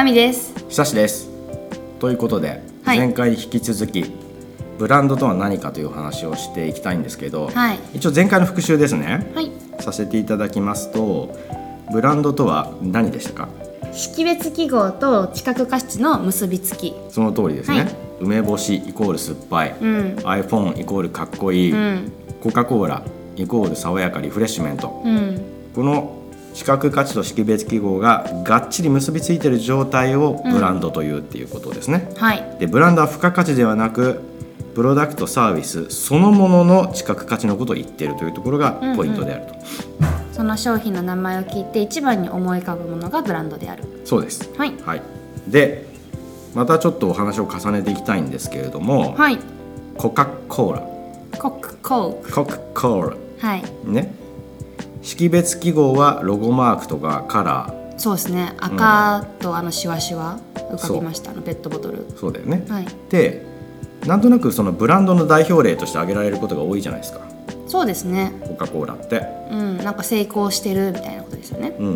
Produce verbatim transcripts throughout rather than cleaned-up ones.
みです。 久しです。ということで、はい、前回に引き続きブランドとは何かという話をしていきたいんですけど、はい、一応前回の復習ですね、はい、させていただきますと、ブランドとは何でしたか？ 識別記号と知覚価値の結びつき。 その通りですね、はい、梅干しイコール酸っぱい、うん、iPhone イコールかっこいい、うん、コカ・コーライコール爽やかリフレッシュメント、うん、この知覚価値と識別記号ががっちり結びついている状態をブランドというっていうことですね、うん、はい、でブランドは付加価値ではなくプロダクトサービスそのものの知覚価値のことを言っているというところがポイントであると、 うんうん、その商品の名前を聞いて一番に思い浮かぶものがブランドである。 そうです、 はいはい、でまたちょっとお話を重ねていきたいんですけれども、はい、コカ・コーラコカ・コーラコカ・コーラ、はいね、識別記号はロゴマークとかカラー。 そうですね、赤とあのシワシワ浮かびました、うん、あのペットボトル。 そうだよね、はい、でなんとなくそのブランドの代表例として挙げられることが多いじゃないですか。 そうですね、 コカ・コーラって、 うん、なんか成功してるみたいなことですよね、うんうん、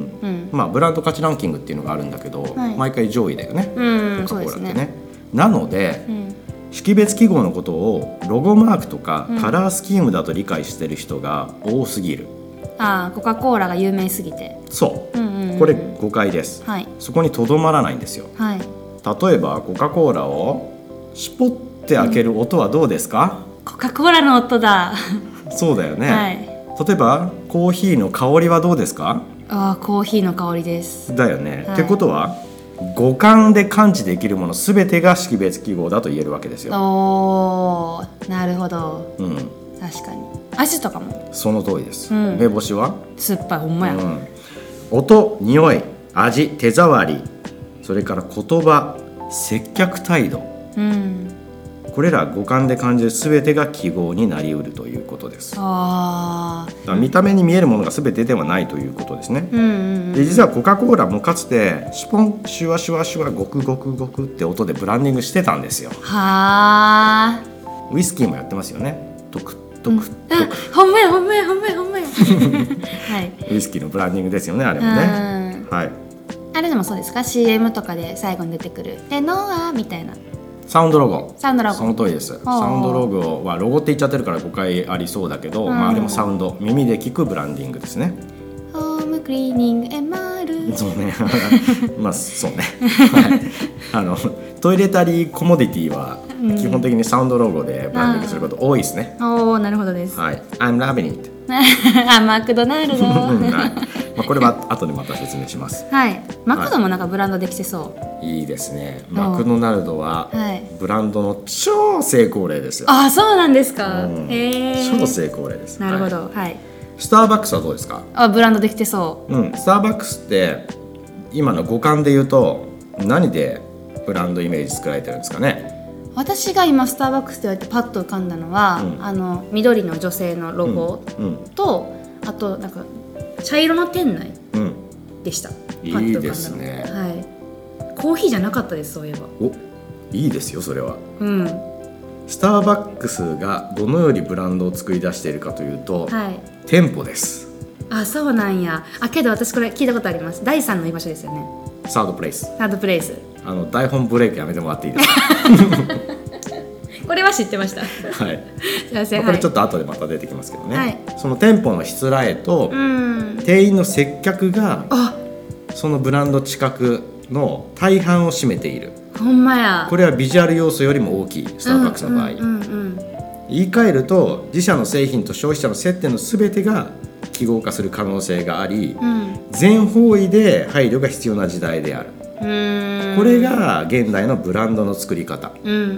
まあブランド価値ランキングっていうのがあるんだけど、はい、毎回上位だよね、うん、コカ・コーラって ね, ねなので、うん、識別記号のことをロゴマークとかカラースキームだと理解してる人が多すぎる、 うん、ああコカ・コーラが有名すぎて。 そう、うんうんうん、これ誤解です、はい、そこにとどまらないんですよ、はい、例えばコカ・コーラをシュポッて開ける音はどうですか？ うん、コカ・コーラの音だそうだよね、はい、例えばコーヒーの香りはどうですか？ あーコーヒーの香りですだよね、はい、ってことは五感で感知できるものすべてが識別記号だと言えるわけですよ。 おーなるほど、うん、確かに味とかもその通りです、うん、梅干しは酸っぱいほんまや、うん、 音、匂い、味、手触り、それから言葉、接客態度、うん、これら五感で感じる全てが記号になりうるということです。あだから見た目に見えるものが全てではないということですね、うんうんうん、で実はコカ・コーラもかつてシュポンシュワシュワシュワゴクゴクゴクって音でブランディングしてたんですよ。はーウイスキーもやってますよね。トクトクトク、 うん、ほんまやほんまやほんまやほんまや、はい、 ウイスキーのブランディングですよねあれもね、はい、 あれでもそうですか？ シーエム とかで最後に出てくるでノアみたいなサウンドロゴ。 サウンドロゴその通りです。サウンドロゴはロゴって言っちゃってるから誤解ありそうだけど、まあ、あれもサウンド耳で聞くブランディングですね。 ホームクリーニングエマールそうねまあそうね、はい、あのトイレタリーコモディティは基本的にサウンドロゴでブランディングすること多いですね、 うん、おーなるほどです、 はい、I'm loving it あマクドナルド、はいまあ、これは後でまた説明します。 はい、マクドもなんかブランドできてそう、 はい、いいですね。マクドナルドはブランドの超成功例ですよ。 あ、そうなんですか、うん、へー超成功例です。 なるほど、はい、はい、 スターバックスはどうですか？ あ、ブランドできてそう、 うん、スターバックスって今の五感で言うと何でブランドイメージ作られてるんですかね？ 私が今スターバックスって言われてパッと浮かんだのは、うん、あの緑の女性のロゴと、うんうん、あとなんか茶色の店内でした、 うん、いいですね、 はい、コーヒーじゃなかったです。そういえばおいいですよそれは、うん、スターバックスがどのようにブランドを作り出しているかというと、はい、店舗です。 あ、そうなんや。あ、けど私これ聞いたことあります。だいさんの居場所ですよね。 サードプレイス。 サードプレイス。 あの台本ブレイクやめてもらっていいですか？ これは知ってました。はい。 すいません。これちょっと後でまた出てきますけどね。はい、その店舗のしつらえと店員の接客がそのブランド知覚の大半を占めている。 ほんまや。 これはビジュアル要素よりも大きいスターバックスの場合。うんうんうんうん、言い換えると自社の製品と消費者の接点のすべてが記号化する可能性があり、うん、全方位で配慮が必要な時代である。うーん、これが現代のブランドの作り方、うんうんうん、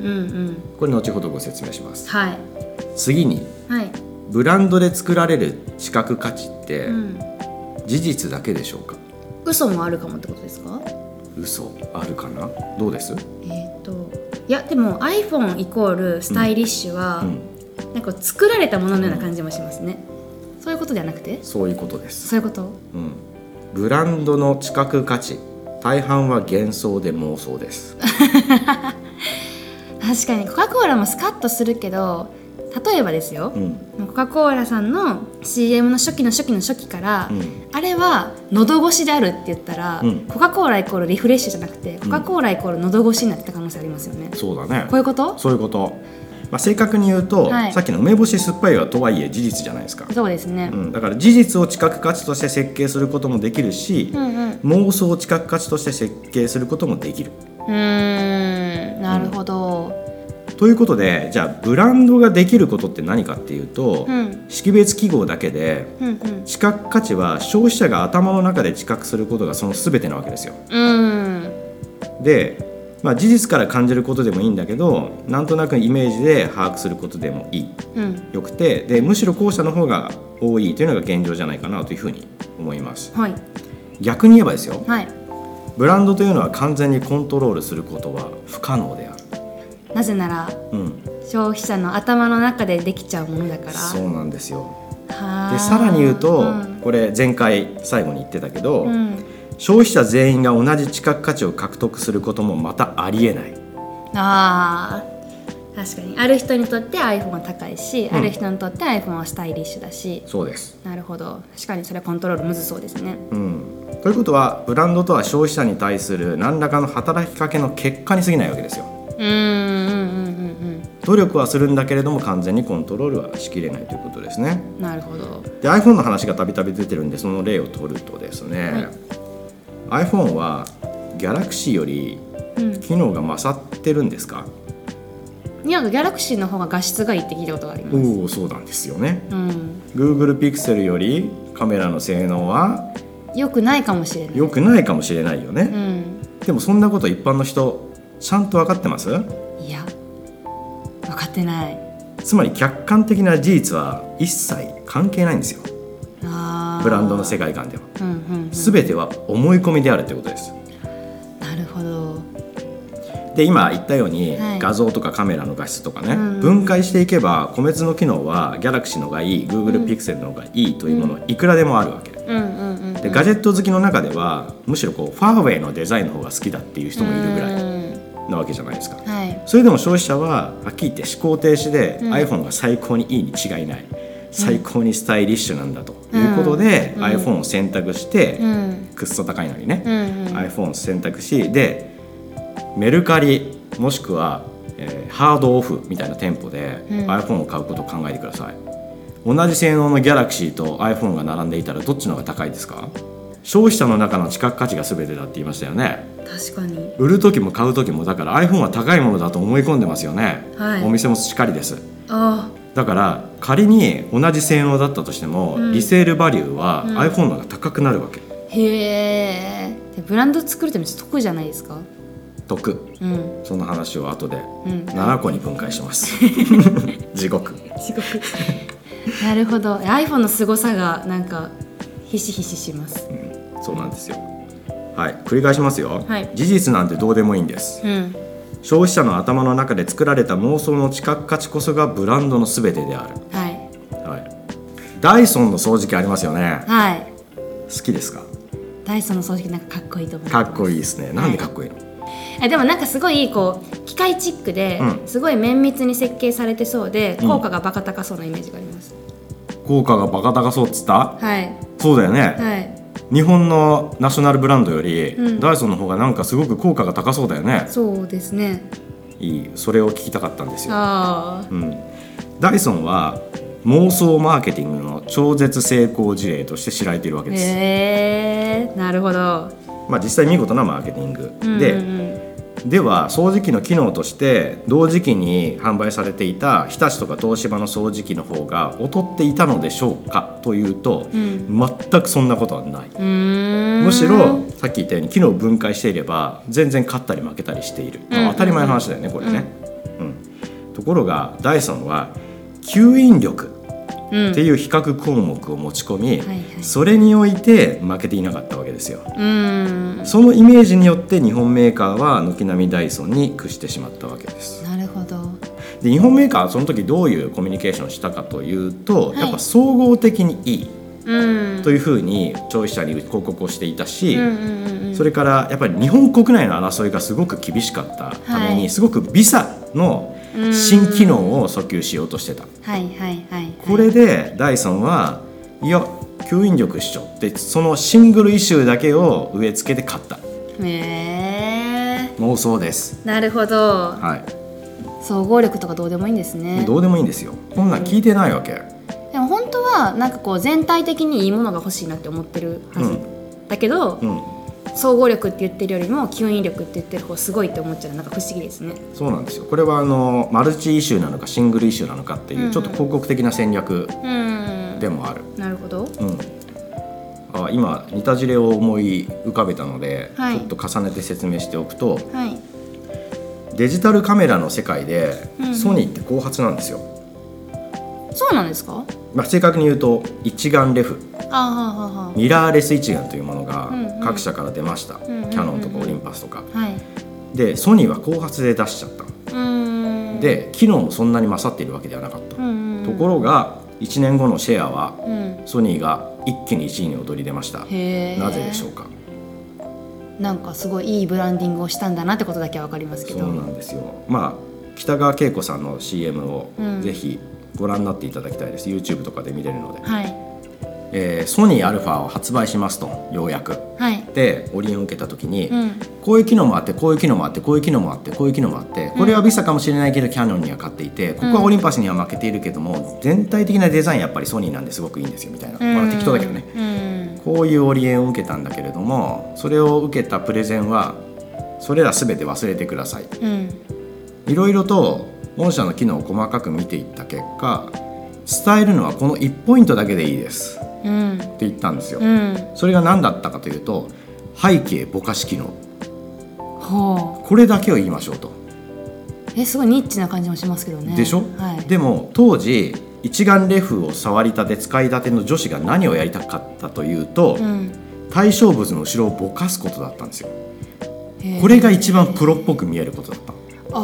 これ後ほどご説明します、はい、次に、はい、ブランドで作られる知覚価値って、うん、事実だけでしょうか？ 嘘もあるかもってことですか？ 嘘あるかな？どうです？ えーと、いやでも iPhone イコールスタイリッシュは、うんうん、なんか作られたもののような感じもしますね、うん、そういうことではなくて？そういうことです。そういうこと、うん、 ブランドの知覚価値大半は幻想で妄想です確かにコカ・コーラもスカッとするけど例えばですよ、うん、コカ・コーラさんの シーエム の初期の初期の初期から、うん、あれは喉越しであるって言ったら、うん、コカ・コーライコールリフレッシュじゃなくてコカ・コーライコール喉越しになってた可能性ありますよね、 うん、そうだね。 こういうこと？ そういうこと、まあ、正確に言うと、はい、さっきの梅干し酸っぱいはとはいえ事実じゃないですか。 そうですね、 うん、だから事実を知覚価値として設計することもできるし、うんうん、妄想を知覚価値として設計することもできる。 うーん、なるほど、 うん、ということで、じゃあブランドができることって何かっていうと、うん、識別記号だけで、うんうん、知覚価値は消費者が頭の中で知覚することがその全てなわけですよ。うん、でまあ、事実から感じることでもいいんだけど、なんとなくイメージで把握することでもいい、うん、よくて、でむしろ後者の方が多いというのが現状じゃないかなというふうに思います、はい、逆に言えばですよ、はい、ブランドというのは完全にコントロールすることは不可能である。 なぜなら、うん、消費者の頭の中でできちゃうものだから。 そうなんですよ。でさらに言うと、うん、これ前回最後に言ってたけど、うん、消費者全員が同じ知覚価値を獲得することもまたありえない。 あー、確かにある人にとって iPhone は高いし、うん、ある人にとって iPhone はスタイリッシュだし。 そうです。 なるほど、確かにそれはコントロールむずそうですね、 うん、ということはブランドとは消費者に対する何らかの働きかけの結果に過ぎないわけですよ。うんうんうんうんうん。努力はするんだけれども完全にコントロールはしきれないということですね。 なるほど。 で iPhone の話がたびたび出てるんで、その例を取るとですね、はい、iPhone は Galaxy より機能が勝ってるんですか？ うん、いや Galaxy の方が画質がいいって聞いたことがあります。 おお、そうなんですよね、うん、Google Pixel よりカメラの性能は良くないかもしれない。 良くないかもしれないよね、うん、でもそんなこと一般の人ちゃんと分かってます？ いや分かってない。 つまり客観的な事実は一切関係ないんですよ。あ、ブランドの世界観では、うんうんうん、全ては思い込みであるということです。 なるほど。 で今言ったように、はい、画像とかカメラの画質とかね、うんうん、分解していけば個別の機能は Galaxy のがいい、 Google Pixel のがいいというもの、うん、いくらでもあるわけ、うんうんうんうん、でガジェット好きの中ではむしろこうファーウェイのデザインの方が好きだっていう人もいるぐらいなわけじゃないですか、はい、それでも消費者ははっきり言って思考停止で、うん、iPhone が最高にいいに違いない、最高にスタイリッシュなんだということで、うん、iPhone を選択して、うん、くっそ高いのにね、うんうん、iPhone を選択し、でメルカリもしくは、えー、ハードオフみたいな店舗で、うん、iPhone を買うことを考えてください。同じ性能の Galaxy と iPhone が並んでいたらどっちの方が高いですか？消費者の中の知覚価値が全てだって言いましたよね。 確かに。 売る時も買う時もだから iPhone は高いものだと思い込んでますよね、はい、お店もしっかりです。あ、だから仮に同じ性能だったとしても、うん、リセールバリューは iPhone の方が高くなるわけ、うん、へえ。ブランド作るために得じゃないですか？ 得、うん、その話を後でななこに分解します、地獄地獄なるほど。 iPhone の凄さがなんかひしひしします、 うん、そうなんですよ。はい、繰り返しますよ、はい、事実なんてどうでもいいんです、うん、消費者の頭の中で作られた妄想の知覚価値こそがブランドのすべてである、はいはい、ダイソンの掃除機ありますよね、はい、好きですか？ ダイソンの掃除機なんかかっこいいと思います。 かっこいいですね。なんでかっこいいの？ はい、でもなんかすごいこう機械チックで、うん、すごい綿密に設計されてそうで、効果がバカ高そうなイメージがあります、 うん、効果がバカ高そうっつった？はい、そうだよね、はい、日本のナショナルブランドより、うん、ダイソンの方がなんかすごく効果が高そうだよね。 そうですね。 いい、それを聞きたかったんですよ。あ、うん、ダイソンは妄想マーケティングの超絶成功事例として知られているわけです。 へー、なるほど。 まあ、実際見事なマーケティング、うんうんうん、ででは掃除機の機能として同時期に販売されていた日立とか東芝の掃除機の方が劣っていたのでしょうかというと、うん、全くそんなことはない。うーん、むしろさっき言ったように機能を分解していれば全然勝ったり負けたりしている、まあ、当たり前の話だよねこれね、うんうん、ところがダイソンは吸引力っていう比較項目を持ち込み、うんはいはい、それにおいて負けていなかったわけですよ。うん、そのイメージによって日本メーカーは軒並みダイソンに屈してしまったわけです。 なるほど。 で日本メーカーはその時どういうコミュニケーションをしたかというと、はい、やっぱ総合的にいい、うん、というふうに消費者に広告をしていたし、うんうんうん、それからやっぱり日本国内の争いがすごく厳しかったために、はい、すごくビザの新機能を訴求しようとしてた。 はいはいはい、はい、 これでダイソンはいや吸引力っしょってそのシングルイシューだけを植え付けて買った。 へー、 妄想です。 なるほど、 はい、 総合力とかどうでもいいんですね。 どうでもいいんですよ。こんなん聞いてないわけ、 うん、でも本当はなんかこう全体的にいいものが欲しいなって思ってるはず、うん、だけど、うん、総合力って言ってるよりも吸引力って言ってる方すごいって思っちゃうのなんか不思議ですね。 そうなんですよ。これはあのマルチイシューなのかシングルイシューなのかっていう、うん、ちょっと広告的な戦略でもある、 うん、なるほど、 うん、あ今似た事例を思い浮かべたので、はい、ちょっと重ねて説明しておくと、はい、デジタルカメラの世界で、うん、ソニーって後発なんですよ。 そうなんですか？ まあ、正確に言うと一眼レフ、 あはははミラーレス一眼というものが各社から出ました、うんうん、キヤノンとかオリンパスとか、はい、でソニーは後発で出しちゃった。うんで機能もそんなに勝っているわけではなかった、うんうん、ところがいちねんごのシェアは、うん、ソニーが一気にいちいに躍り出ました。へー、なぜでしょうか？ なんかすごいいいブランディングをしたんだなってことだけは分かりますけど。 そうなんですよ。まあ北川景子さんの シーエム をぜひご覧になっていただきたいです、うん、YouTube とかで見れるので、はい、えー、ソニーアルファを発売しますとようやく、はい、でオリオンを受けた時に、うん、こういう機能もあってこういう機能もあってこういう機能もあってこういう機能もあってこれはビサかもしれないけどキヤノンには勝っていて、ここはオリンパスには負けているけども、うん、全体的なデザインやっぱりソニーなんですごくいいんですよみたいな、うん、まあ、適当だけどね、うん、こういうオリエンを受けたんだけれども、それを受けたプレゼンはそれら全て忘れてください、うん、いろいろと御社の機能を細かく見ていった結果、伝えるのはこのいちポイントだけでいいです、うん、って言ったんですよ、うん、それが何だったかというと背景ぼかし機能、はあ、これだけを言いましょうと。 えすごいニッチな感じもしますけどね。 でしょ、はい、でも当時一眼レフを触りたて使いたての女子が何をやりたかったというと、うん、対象物の後ろをぼかすことだったんですよ。これが一番プロっぽく見えることだった。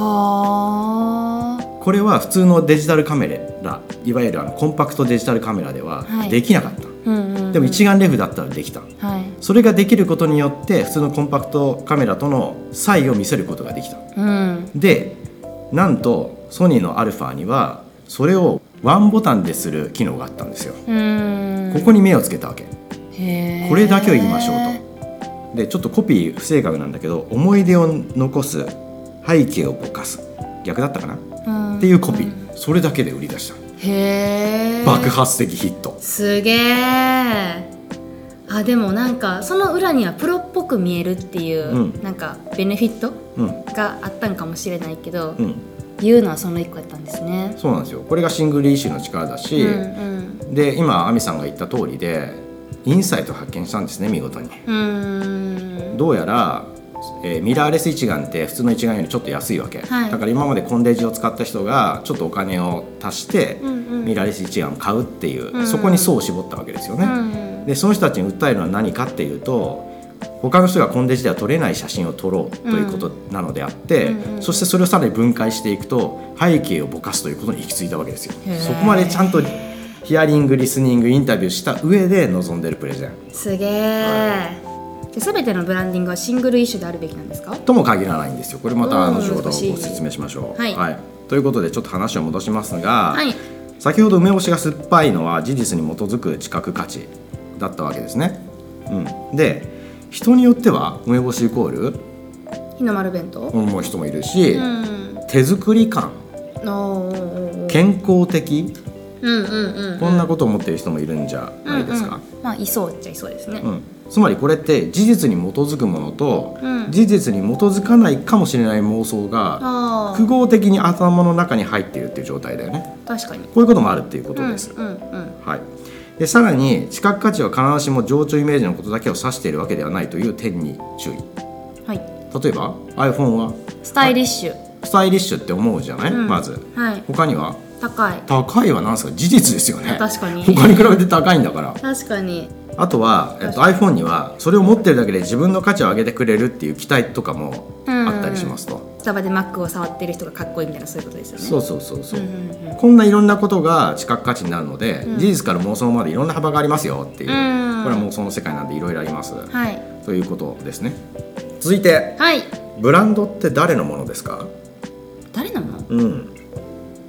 あこれは普通のデジタルカメラ、いわゆるあのコンパクトデジタルカメラではできなかった、はい、うんうんうん、でも一眼レフだったらできた、はい、それができることによって普通のコンパクトカメラとの差異を見せることができた、うん、でなんとソニーのアルファにはそれをワンボタンでする機能があったんですよ。うん、ここに目をつけたわけ。へー、これだけを言いましょうと。でちょっとコピー不正確なんだけど、思い出を残す、背景をぼかす、逆だったかなっていうコピー、それだけで売り出した。へー、爆発的ヒット。 すげー。あでもなんかその裏にはプロっぽく見えるっていう、うん、なんかベネフィット、うん、があったんかもしれないけど、うん、言うのはそのいっこやったんですね。 そうなんですよ。これがシングルイシューの力だし、うんうん、で今亜美さんが言った通りでインサイトを発見したんですね、見事に。うーん、どうやらえー、ミラーレス一眼って普通の一眼よりちょっと安いわけ、はい、だから今までコンデジを使った人がちょっとお金を足して、うんうん、ミラーレス一眼を買うっていう、うんうん、そこに層を絞ったわけですよね、うんうん、でその人たちに訴えるのは何かっていうと、他の人がコンデジでは撮れない写真を撮ろうということなのであって、うんうん、そしてそれをさらに分解していくと背景をぼかすということに行き着いたわけですよ。そこまでちゃんとヒアリング、リスニング、インタビューした上で臨んでるプレゼン。 すげー、はい、全てのブランディングはシングルイシュであるべきなんですか？ とも限らないんですよ。これまた後ほどご説明しましょう、はいはい、ということでちょっと話を戻しますが、はい、先ほど梅干しが酸っぱいのは事実に基づく知覚価値だったわけですね、うん、で人によっては梅干しイコール日の丸弁当思う人もいるし、うん、手作り感、健康的、うんうんうんうん、こんなことを思っている人もいるんじゃないですか、 うんうん、まあいそうっちゃいそうですね、うん、 つまりこれって事実に基づくものと、うん、事実に基づかないかもしれない妄想が複合的に頭の中に入っているっていう状態だよね。 確かにこういうこともあるっていうことです、うんうんうん、はい、でさらに知覚価値は必ずしも情緒イメージのことだけを指しているわけではないという点に注意、はい、例えば iPhone はスタイリッシュ、 スタイリッシュって思うじゃない、うん、まず、はい、他には高い、 高いは何ですか？事実ですよね。 確かに他に比べて高いんだから。 確かに。 あとは、えっと、iPhone にはそれを持ってるだけで自分の価値を上げてくれるっていう期待とかもあったりしますと。 スタバで Mac を触ってる人がかっこいいみたいな、そういうことですよね。 そうそうそうそう、うんうんうん、こんないろんなことが知覚価値になるので、うん、事実から妄想までいろんな幅がありますよっていう、うん、これは妄想の世界なんでいろいろあります、はい、ということですね。続いて、はい、ブランドって誰のものですか？ 誰のもの？ うん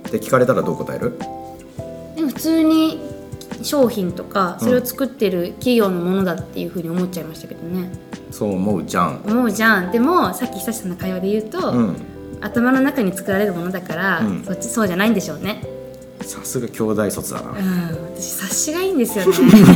で聞かれたらどう答える？ でも普通に商品とかそれを作ってる企業のものだっていうふうに思っちゃいましたけどね。 そう思うじゃん。 思うじゃん。でもさっき久志さんの会話で言うと、うん、頭の中に作られるものだから、うん、そっちそうじゃないんでしょうね。 さすが兄弟卒だな。うん、 私察しがいいんですよね。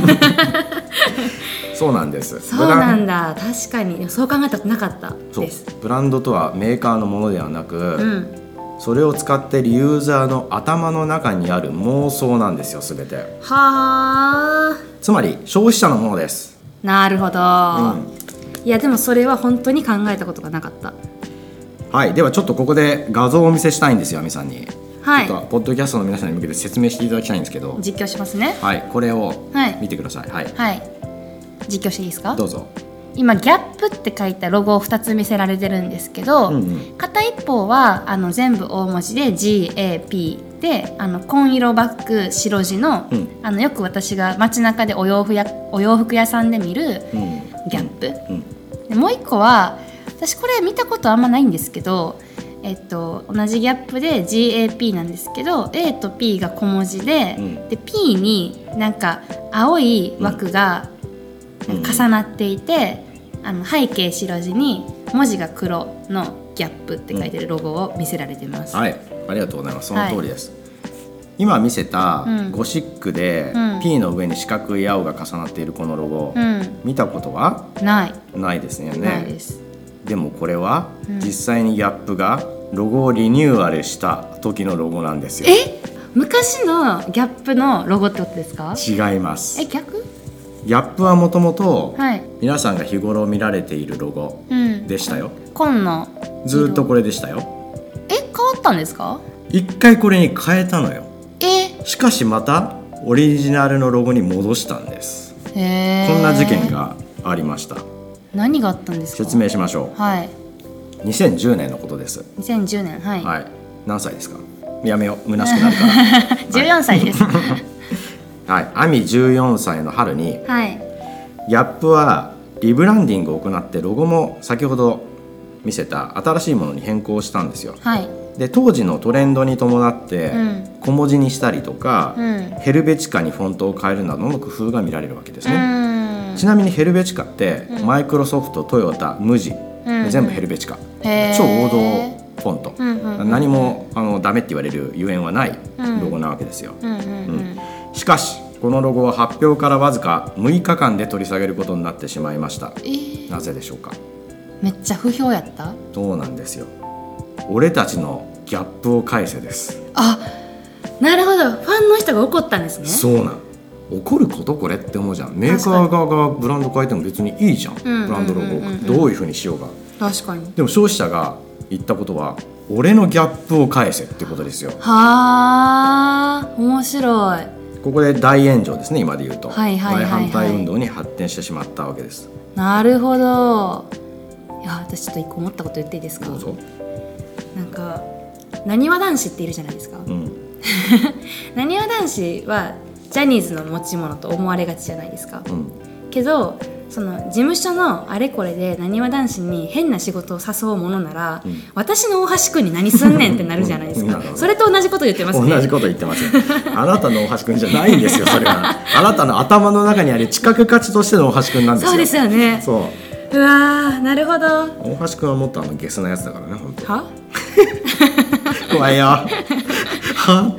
そうなんです。 そうなんだ。確かにそう考えたことなかったです。 ブランドとはメーカーのものではなく、うん、それを使っているユーザーの頭の中にある妄想なんですよ、すべて。はあ。つまり消費者のものです。 なるほど、うん、いやでもそれは本当に考えたことがなかった。 はい、ではちょっとここで画像をお見せしたいんですよ、亜美さんに。 はい、 ちょっとポッドキャストの皆さんに向けて説明していただきたいんですけど。 実況しますね。 はい、これを見てください。はい、 はい、実況していいですか？ どうぞ。 今ギャップって書いたロゴをふたつ見せられてるんですけど、うんうん、片一方はあの全部大文字で ジーエーピー で、あの紺色バッグ白地の、うん、あのよく私が街中でお洋服やお洋服屋さんで見るギャップ、うんうんうん、でもう一個は私これ見たことあんまないんですけど、えっと、同じギャップで ジーエーピー なんですけど A と P が小文字で、うん、で P になんか青い枠が重なっていて、うん、あの背景白地に文字が黒のギャップって書いてるロゴを見せられてます、 うん、はい、ありがとうございます。その通りです、はい、今見せたゴシックで、うん、P の上に四角い青が重なっているこのロゴ、うん、見たことはないないですよね。 ないです。 でもこれは実際にギャップがロゴをリニューアルした時のロゴなんですよ。 え、昔のギャップのロゴってことですか？ 違います。 え、逆？ ギャップはもともと皆さんが日頃見られているロゴでしたよ、 うん、紺のずっとこれでしたよ。 え、変わったんですか？ 一回これに変えたのよ。 え、 しかしまたオリジナルのロゴに戻したんです。 へー、 こんな事件がありました。 何があったんですか？ 説明しましょう。 はい。 にせんじゅうねんのことです。 にせんじゅうねん、はい。 はい。何歳ですか？やめよう、虚しくなるから。 じゅうよんさいです。 はい。亜美じゅうよんさいの春に、 はい、 ギャップはリブランディングを行ってロゴも先ほど見せた新しいものに変更したんですよ。 はい。 で当時のトレンドに伴って小文字にしたりとか、うん、ヘルベチカにフォントを変えるなどの工夫が見られるわけですね。うん、ちなみにヘルベチカってマイクロソフト、トヨタ、ムジ、うん、全部ヘルベチカ、超王道フォント、うんうんうん、何もあのダメって言われるゆえんはないロゴなわけですよ。しかしこのロゴは発表からわずかむいかかんで取り下げることになってしまいました。えー、なぜでしょうか？ めっちゃ不評やった？ そうなんですよ。俺たちのギャップを返せです。 あ、なるほど。ファンの人が怒ったんですね。 そうなん。怒ることこれって思うじゃん。メーカー側がブランド変えても別にいいじゃん、ブランドロゴどういう風にしようが。 確かに。 でも消費者が言ったことは俺のギャップを返せってことですよ。 はー、面白い。 ここで大炎上ですね、今で言うと、 はいはいはいはい、 大反対運動に発展してしまったわけです。 なるほど。いや、私ちょっと一個思ったこと言っていいですか？ どうぞ。 なんかなにわ男子っているじゃないですか、うん、なにわ男子はジャニーズの持ち物と思われがちじゃないですか、うん、けどその事務所のあれこれでなにわ男子に変な仕事を誘うものなら、うん、私の大橋くんに何すんねんってなるじゃないですか、うん、それと同じこと言ってますね。 同じこと言ってますあなたの大橋くんじゃないんですよ、それはあなたの頭の中にある知覚価値としての大橋くんなんですよ。 そうですよね。 そううわー、なるほど。 大橋くんはもっとあのゲスなやつだからね、本当。 は怖いよはって、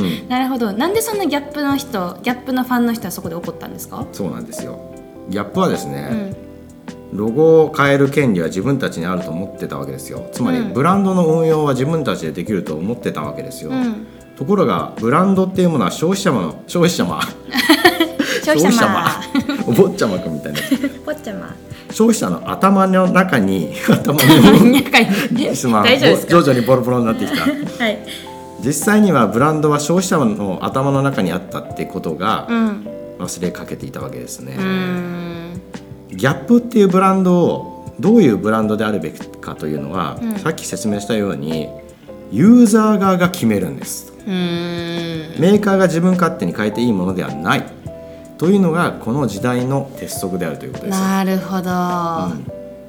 うん、なるほど。なんでそんなギャップの人ギャップのファンの人はそこで怒ったんですか？ そうなんですよ。ギャップはですね、うん、ロゴを変える権利は自分たちにあると思ってたわけですよ。つまり、うん、ブランドの運用は自分たちでできると思ってたわけですよ、うん、ところがブランドっていうものは消費者の消費者ま消費者まお坊ちゃまくんみたいなぼっちゃま消費者の頭の中に頭の中に大丈夫ですか？ 徐々にボロボロになってきた、 はい、 実際にはブランドは消費者の頭の中にあったってことが忘れかけていたわけですね、うん、ギャップっていうブランドをどういうブランドであるべきかというのは、うん、さっき説明したようにユーザー側が決めるんです。うーん、メーカーが自分勝手に変えていいものではないというのがこの時代の鉄則であるということです。 なるほど、 うん、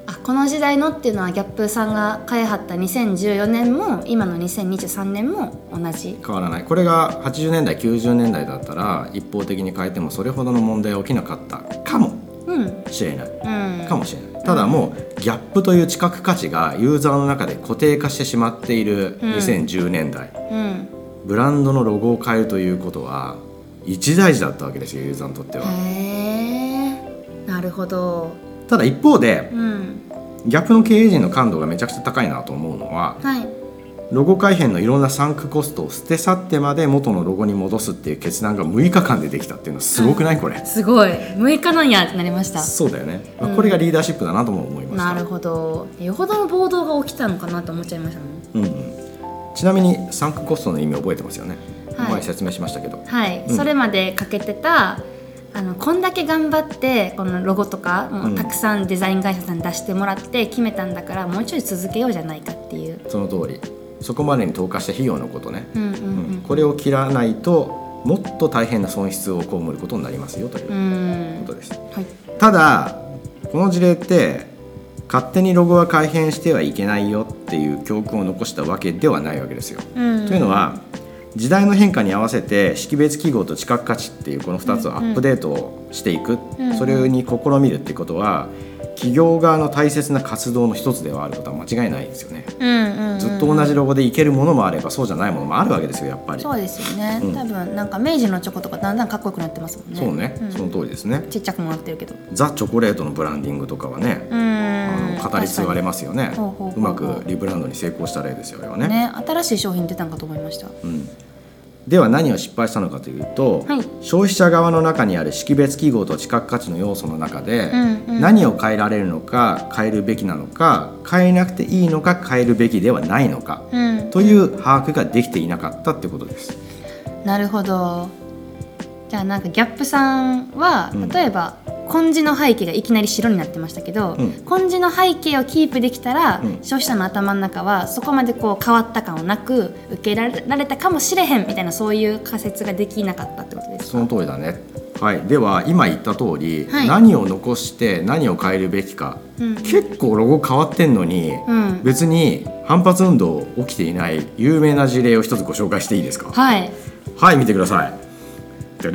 あ、この時代のっていうのはギャップさんが開発ったにせんじゅうよねんも今のにせんにじゅうさんねんも同じ？ 変わらない。これがはちじゅうねんだいきゅうじゅうねんだいだったら一方的に変えてもそれほどの問題は起きなかったかもしれない、うん、かもしれない。ただもうギャップという知覚価値がユーザーの中で固定化してしまっているにせんじゅうねんだい、うんうん、ブランドのロゴを変えるということは一大事だったわけですよ、ユーザーにとっては。 へー、なるほど。 ただ一方で、うん、ギャップの経営陣の感度がめちゃくちゃ高いなと思うのは、はい、ロゴ改変のいろんなサンクコストを捨て去ってまで元のロゴに戻すっていう決断がむいかかんでできたっていうのはすごくない、これ。 すごい、むいかなんやってなりました。 そうだよね、まあ、これがリーダーシップだなとも思いました、 うん、なるほど。よほどの暴動が起きたのかなと思っちゃいましたね、 うんうん、ちなみにサンクコストの意味覚えてますよね、はい、前説明しましたけど、 はい、うん、それまでかけてたあのこんだけ頑張ってこのロゴとかもうたくさんデザイン会社さんに出してもらって決めたんだから、うん、もうちょい続けようじゃないかっていう。 その通り。そこまでに投下した費用のことね、うんうんうんうん、これを切らないともっと大変な損失を被ることになりますよということです、はい、ただこの事例って勝手にロゴは改変してはいけないよっていう教訓を残したわけではないわけですよ、うんうん、というのは時代の変化に合わせて識別記号と知覚価値っていうこのふたつをアップデートをしていく、うんうん、それに試みるっていうことは企業側の大切な活動の一つではあることは間違いないですよね、うんうんうん、ずっと同じロゴでいけるものもあればそうじゃないものもあるわけですよ、やっぱり。 そうですよね、うん、多分なんか明治のチョコとかだんだんかっこよくなってますもんね。 そうね、うん、その通りですね。 ちっちゃくもなってるけどザ・チョコレートのブランディングとかはね、うんあの語り継がれますよね。ほうほうほうほう、うまくリブランドに成功した例ですよね。 ね、新しい商品出たんかと思いました、うんでは何を失敗したのかというと、はい、消費者側の中にある識別記号と知覚価値の要素の中で、うんうん、何を変えられるのか変えるべきなのか変えなくていいのか変えるべきではないのか、うん、という把握ができていなかったってことです。 なるほど。じゃあなんかギャップさんは、うん、例えば紺地の背景がいきなり白になってましたけど、うん、紺地の背景をキープできたら、うん、消費者の頭の中はそこまでこう変わった感をなく受け入れられたかもしれへんみたいな、そういう仮説ができなかったってことですか？ その通りだね、はい、では今言った通り、はい、何を残して何を変えるべきか、うん、結構ロゴ変わってんのに、うん、別に反発運動起きていない有名な事例を一つご紹介していいですか？はい、はい、見てください。 I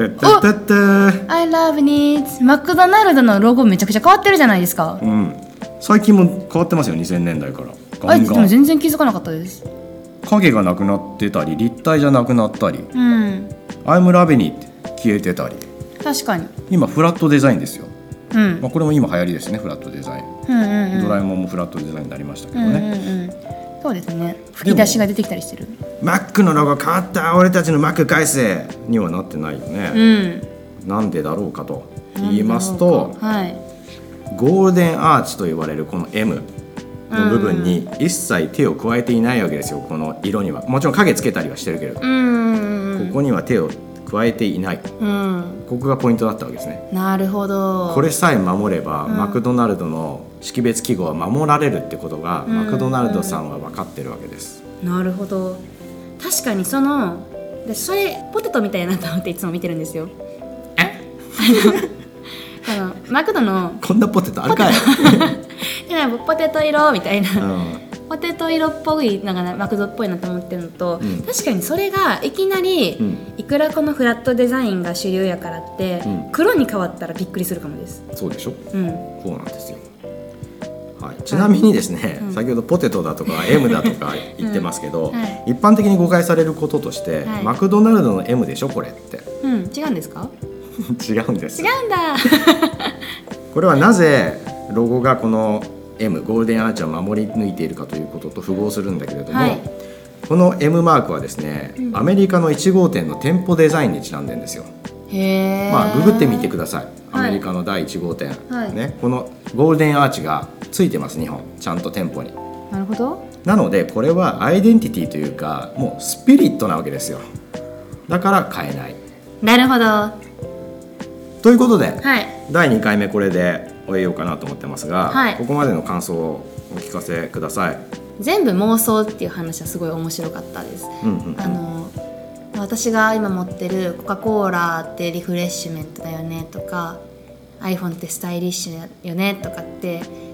love needs マクドナルドのロゴめちゃくちゃ変わってるじゃないですか、うん、 最近も変わってますよ、にせんねんだいからガンガン。でも全然気づかなかったです。 影がなくなってたり立体じゃなくなったり、うん、I'm loving it 消えてたり。 確かに今フラットデザインですよ、うんまあ、これも今流行りですね、フラットデザイン、うんうんうん、ドラえもんもフラットデザインになりましたけどね、うんうんうん、 そうですね、吹き出しが出てきたりしてる。 マックのロゴ変わった、俺たちのマック返せにはなってないよね、うん、なんでだろうかと言いますと、はい、ゴールデンアーチと言われるこの エム の部分に一切手を加えていないわけですよ。この色にはもちろん影つけたりはしてるけれど、うんここには手を加えていない、うん、ここがポイントだったわけですね。 なるほど。 これさえ守れば、うん、マクドナルドの識別記号は守られるってことが、うん、マクドナルドさんは分かってるわけです。 なるほど。確かにそのでそれポテトみたいなと思っていつも見てるんですよ。えあのマクドのこんなポテトあるかいポテト色みたいな、うん、ポテト色っぽいのがマクドっぽいなと思ってるのと、うん、確かにそれがいきなり、うん、いくらこのフラットデザインが主流やからって、うん、黒に変わったらびっくりするかもです。 そうでしょ、うん、そうなんですよ。はい、ちなみにですね、うん、先ほどポテトだとか エム だとか言ってますけど、うんはい、一般的に誤解されることとして、はい、マクドナルドの エム でしょこれって、 うん、違うんですか？ 違うんです。 違うんだこれはなぜロゴがこの エム ゴールデンアーチを守り抜いているかということと符合するんだけれども、はい、この エム マークはですね、うん、アメリカのいち号店の店舗デザインにちなんでるんですよ。へー、まあググってみてください。アメリカのだいいち号店、はいね、このゴールデンアーチがついてます、日本ちゃんと店舗に。 なるほど。 なのでこれはアイデンティティというかもうスピリットなわけですよ。だから変えない。 なるほど。 ということで、 はい、 だいにかいめこれで終えようかなと思ってますが、はい、ここまでの感想をお聞かせください。 全部妄想っていう話はすごい面白かったです、うんうんうん、あの私が今持ってるコカ・コーラってリフレッシュメントだよねとか iPhone ってスタイリッシュよねとかって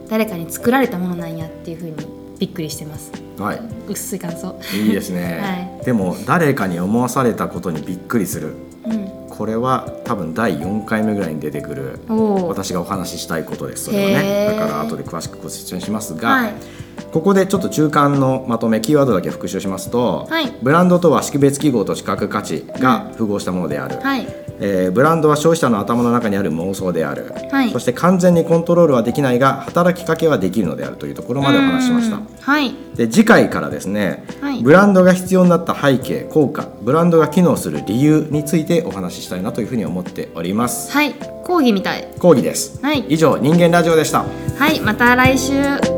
誰かに作られたものなんやっていうふうにびっくりしてます。 はい、 薄い感想。 いいですね、はい、でも誰かに思わされたことにびっくりする、うん、これは多分だいよんかいめぐらいに出てくる私がお話ししたいことです。それはね、だから後で詳しくご説明しますが、はい、ここでちょっと中間のまとめキーワードだけ復習しますと、はい、ブランドとは識別記号と視覚価値が符合したものである、うん、はい、えー、ブランドは消費者の頭の中にある妄想である、はい、そして完全にコントロールはできないが働きかけはできるのであるというところまでお話ししました。はい、で次回からですね、はい、ブランドが必要になった背景、効果、ブランドが機能する理由についてお話ししたいなというふうに思っております。 はい、講義みたい。 講義です。はい、以上人間ラジオでした。 はい、また来週。